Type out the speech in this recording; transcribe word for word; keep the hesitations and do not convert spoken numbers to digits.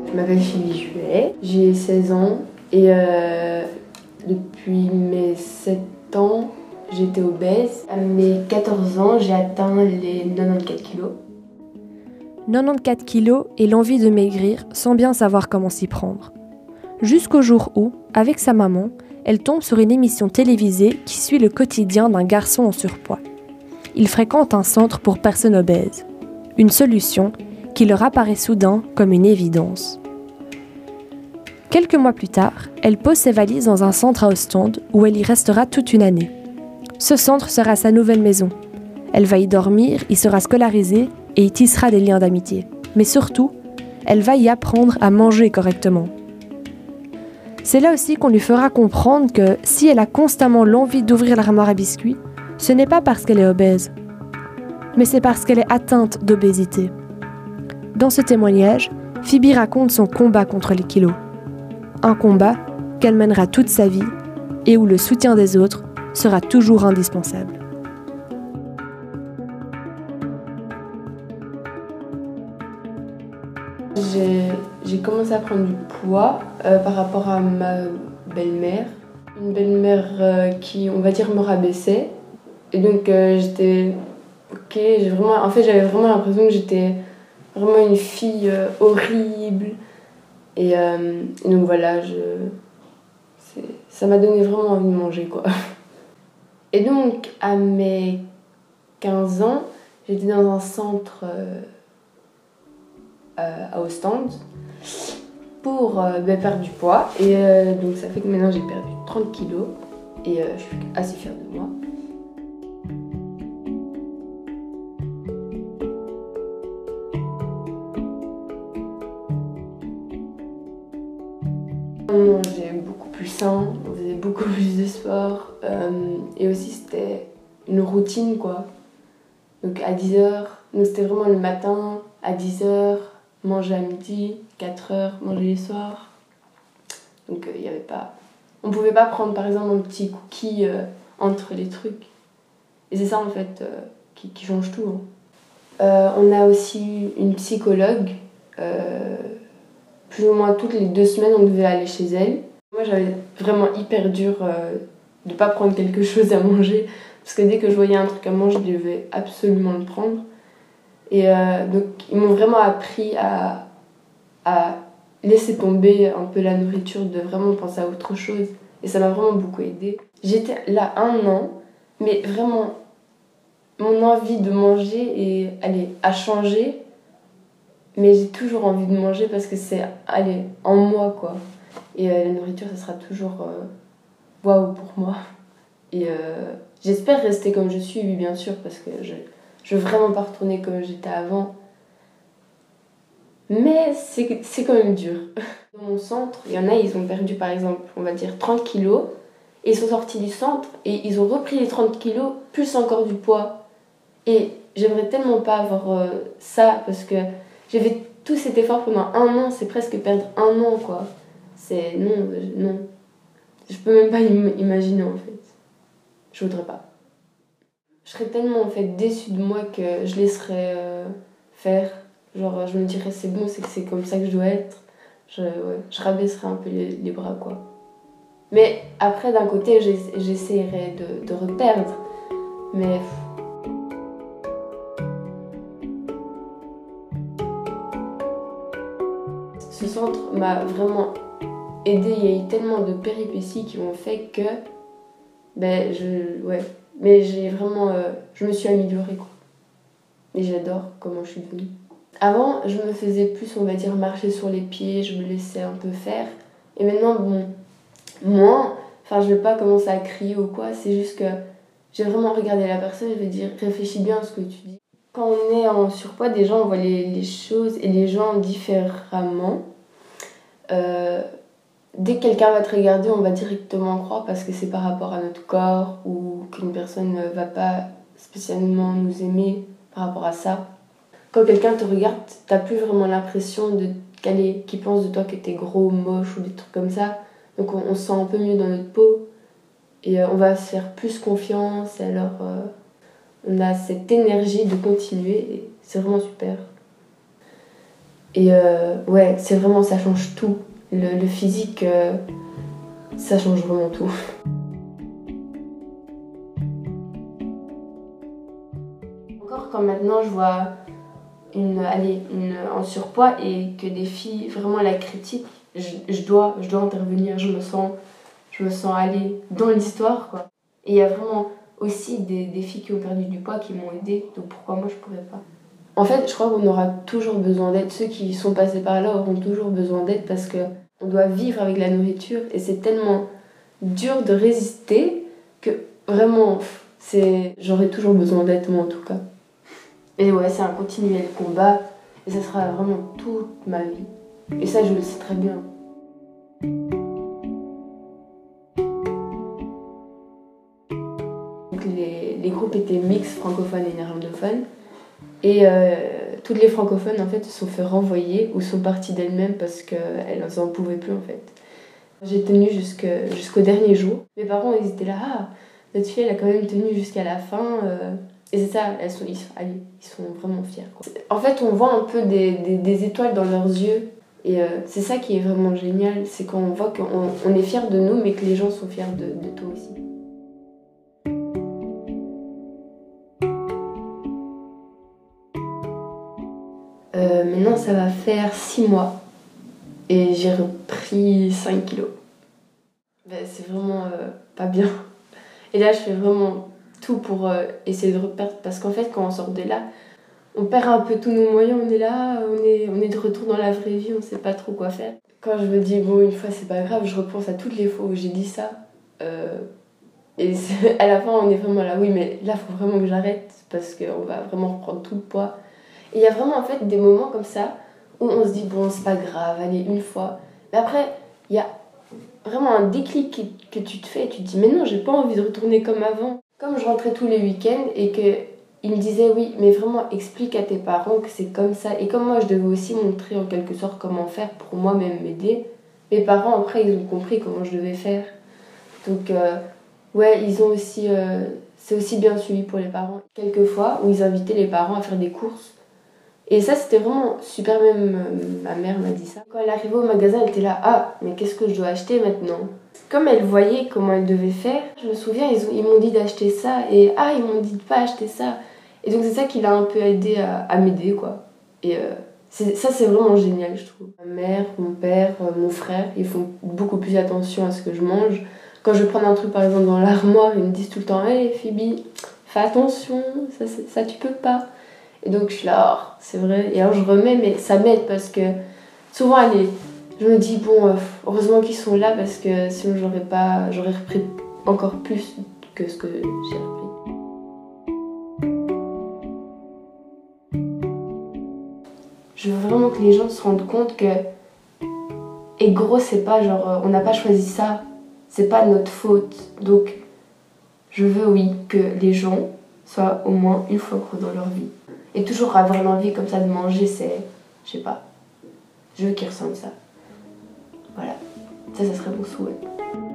Je m'appelle Philippe Juet, j'ai seize ans et euh, depuis mes sept ans, j'étais obèse. À mes quatorze ans, j'ai atteint les quatre-vingt-quatorze kilos. quatre-vingt-quatorze kilos et l'envie de maigrir sans bien savoir comment s'y prendre. Jusqu'au jour où, avec sa maman, elle tombe sur une émission télévisée qui suit le quotidien d'un garçon en surpoids. Il fréquente un centre pour personnes obèses. Une solution qui leur apparaît soudain comme une évidence. Quelques mois plus tard, elle pose ses valises dans un centre à Ostende où elle y restera toute une année. Ce centre sera sa nouvelle maison. Elle va y dormir, y sera scolarisée et y tissera des liens d'amitié. Mais surtout, elle va y apprendre à manger correctement. C'est là aussi qu'on lui fera comprendre que si elle a constamment l'envie d'ouvrir l'armoire à biscuits, ce n'est pas parce qu'elle est obèse, mais c'est parce qu'elle est atteinte d'obésité. Dans ce témoignage, Phoebe raconte son combat contre les kilos. Un combat qu'elle mènera toute sa vie et où le soutien des autres sera toujours indispensable. J'ai, j'ai commencé à prendre du poids euh, par rapport à ma belle-mère. Une belle-mère euh, qui, on va dire, me rabaissait. Et donc euh, j'étais... Ok, j'ai vraiment... En fait, j'avais vraiment l'impression que j'étais vraiment une fille euh, horrible. Et, euh, et donc voilà, je... C'est... ça m'a donné vraiment envie de manger, quoi. Et donc, à mes quinze ans, j'étais dans un centre... Euh, à Ostende pour euh, bah, perdre du poids et euh, donc ça fait que maintenant j'ai perdu trente kilos et euh, je suis assez fière de moi. On mangeait beaucoup plus sain, on faisait beaucoup plus de sport euh, et aussi c'était une routine quoi. Donc à dix heures, donc c'était vraiment le matin à dix heures, manger à midi, quatre heures, manger les soirs. Donc il euh, y avait pas... On pouvait pas prendre par exemple un petit cookie euh, entre les trucs. Et c'est ça en fait euh, qui, qui change tout. Hein. Euh, on a aussi une psychologue. Euh, plus ou moins toutes les deux semaines on devait aller chez elle. Moi j'avais vraiment hyper dur euh, de pas prendre quelque chose à manger. Parce que dès que je voyais un truc à manger, je devais absolument le prendre. Et euh, donc, ils m'ont vraiment appris à, à laisser tomber un peu la nourriture, de vraiment penser à autre chose. Et ça m'a vraiment beaucoup aidée. J'étais là un an, mais vraiment, mon envie de manger et, allez, a changé. Mais j'ai toujours envie de manger parce que c'est, allez, en moi, quoi. Et euh, la nourriture, ça sera toujours euh, waouh pour moi. Et euh, j'espère rester comme je suis, oui, bien sûr, parce que je... Je veux vraiment pas retourner comme j'étais avant. Mais c'est, c'est quand même dur. Dans mon centre, il y en a, ils ont perdu par exemple, on va dire trente kilos. Et ils sont sortis du centre et ils ont repris les trente kilos, plus encore du poids. Et j'aimerais tellement pas avoir euh, ça parce que j'ai fait tout cet effort pendant un an. C'est presque perdre un an, quoi. C'est... Non, non. Je peux même pas imaginer en fait. Je voudrais pas. Je serais tellement en fait déçue de moi que je laisserais euh, faire. Genre, je me dirais c'est bon, c'est que c'est comme ça que je dois être. Je, ouais, je rabaisserais un peu les, les bras, quoi. Mais après, d'un côté, j'essaierais de, de reperdre. Mais... Ce centre m'a vraiment aidée. Il y a eu tellement de péripéties qui ont fait que... Ben, je... Ouais... Mais j'ai vraiment... Euh, je me suis améliorée, quoi. Et j'adore comment je suis devenue. Avant, je me faisais plus, on va dire, marcher sur les pieds, je me laissais un peu faire. Et maintenant, bon, moins, enfin, je vais pas commencer à crier ou quoi, c'est juste que j'ai vraiment regardé la personne et je vais dire, réfléchis bien à ce que tu dis. Quand on est en surpoids, des gens, on voit les, les choses et les gens différemment. Euh... Dès que quelqu'un va te regarder, on va directement croire parce que c'est par rapport à notre corps ou qu'une personne ne va pas spécialement nous aimer par rapport à ça. Quand quelqu'un te regarde, t'as plus vraiment l'impression de, qu'il pense de toi que t'es gros, moche ou des trucs comme ça. Donc on, on se sent un peu mieux dans notre peau et euh, on va se faire plus confiance. Et alors euh, on a cette énergie de continuer et c'est vraiment super. Et euh, ouais, c'est vraiment, ça change tout. Le, le physique, euh, ça change vraiment tout. Encore quand maintenant je vois une, allez, une en surpoids et que des filles vraiment la critiquent, je, je, dois, je dois intervenir, je me sens, je me sens aller dans l'histoire, quoi. Et il y a vraiment aussi des, des filles qui ont perdu du poids qui m'ont aidée, donc pourquoi moi je pourrais pas? En fait, je crois qu'on aura toujours besoin d'aide. Ceux qui sont passés par là auront toujours besoin d'aide parce qu'on doit vivre avec la nourriture et c'est tellement dur de résister que vraiment, c'est... j'aurai toujours besoin d'aide, moi en tout cas. Et ouais, c'est un continuel combat et ça sera vraiment toute ma vie. Et ça, je le sais très bien. Donc les, les groupes étaient mixtes, francophones et néerlandophones. Et euh, toutes les francophones, en fait, se sont fait renvoyer ou sont parties d'elles-mêmes parce qu'elles n'en pouvaient plus, en fait. J'ai tenu jusqu'au dernier jour. Mes parents, ils étaient là, ah, notre fille, elle a quand même tenu jusqu'à la fin. Euh, et c'est ça, elles sont, ils, sont, allez, ils sont vraiment fiers, quoi. En fait, on voit un peu des, des, des étoiles dans leurs yeux. Et euh, c'est ça qui est vraiment génial, c'est quand on voit qu'on on est fiers de nous, mais que les gens sont fiers de, de toi aussi. Euh, maintenant, ça va faire six mois et j'ai repris cinq kilos. Ben, c'est vraiment euh, pas bien. Et là, je fais vraiment tout pour euh, essayer de reperdre parce qu'en fait, quand on sort de là, on perd un peu tous nos moyens. On est là, on est, on est de retour dans la vraie vie, on sait pas trop quoi faire. Quand je me dis, bon, une fois, c'est pas grave, je repense à toutes les fois où j'ai dit ça. Euh, et à la fin, on est vraiment là, oui, mais là, il faut vraiment que j'arrête parce qu'on va vraiment reprendre tout le poids. Et il y a vraiment en fait des moments comme ça où on se dit bon c'est pas grave, allez une fois. Mais après il y a vraiment un déclic que tu te fais et tu te dis mais non j'ai pas envie de retourner comme avant. Comme je rentrais tous les week-ends et qu'ils me disaient oui mais vraiment explique à tes parents que c'est comme ça. Et comme moi je devais aussi montrer en quelque sorte comment faire pour moi-même m'aider. Mes parents après ils ont compris comment je devais faire. Donc euh, ouais ils ont aussi... Euh, c'est aussi bien suivi pour les parents. Quelquefois où ils invitaient les parents à faire des courses. Et ça, c'était vraiment super, même euh, ma mère m'a dit ça. Quand elle arrivait au magasin, elle était là, ah, mais qu'est-ce que je dois acheter maintenant? Comme elle voyait comment elle devait faire, je me souviens, ils, ont, ils m'ont dit d'acheter ça, et ah, ils m'ont dit de pas acheter ça. Et donc c'est ça qui l'a un peu aidé à, à m'aider, quoi. Et euh, ça, c'est vraiment génial, je trouve. Ma mère, mon père, euh, mon frère, ils font beaucoup plus attention à ce que je mange. Quand je prends un truc, par exemple, dans l'armoire, ils me disent tout le temps, hé, hey, Phoebe, fais attention, ça, ça tu peux pas. Et donc je suis là, oh, c'est vrai. Et alors je remets, mais ça m'aide parce que souvent, allez, je me dis, bon, euh, heureusement qu'ils sont là parce que sinon j'aurais pas, j'aurais repris encore plus que ce que j'ai repris. Je veux vraiment que les gens se rendent compte que et gros, c'est pas genre, on n'a pas choisi ça, c'est pas notre faute. Donc, je veux, oui, que les gens soient au moins une fois gros dans leur vie. Et toujours avoir l'envie comme ça de manger, c'est, je sais pas, je veux qu'ils ressentent ça. Voilà, ça, ça serait mon souhait.